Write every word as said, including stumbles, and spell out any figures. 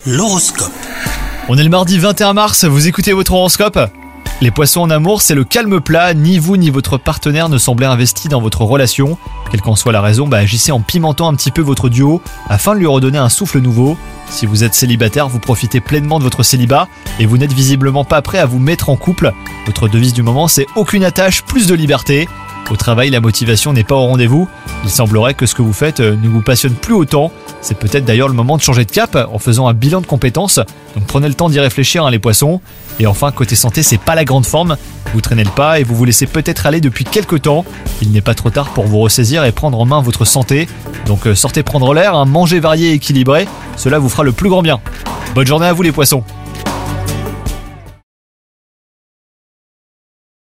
L'horoscope. On est le mardi vingt et un mars, vous écoutez votre horoscope ? Les poissons en amour, c'est le calme plat, ni vous ni votre partenaire ne semblez investi dans votre relation. Quelle qu'en soit la raison, bah agissez en pimentant un petit peu votre duo afin de lui redonner un souffle nouveau. Si vous êtes célibataire, vous profitez pleinement de votre célibat et vous n'êtes visiblement pas prêt à vous mettre en couple. Votre devise du moment, c'est aucune attache, plus de liberté. Au travail, la motivation n'est pas au rendez-vous. Il semblerait que ce que vous faites ne vous passionne plus autant. C'est peut-être d'ailleurs le moment de changer de cap en faisant un bilan de compétences. Donc prenez le temps d'y réfléchir, hein, les poissons. Et enfin, côté santé, c'est pas la grande forme. Vous traînez le pas et vous vous laissez peut-être aller depuis quelques temps. Il n'est pas trop tard pour vous ressaisir et prendre en main votre santé. Donc sortez prendre l'air, hein, mangez varié et équilibré. Cela vous fera le plus grand bien. Bonne journée à vous les poissons.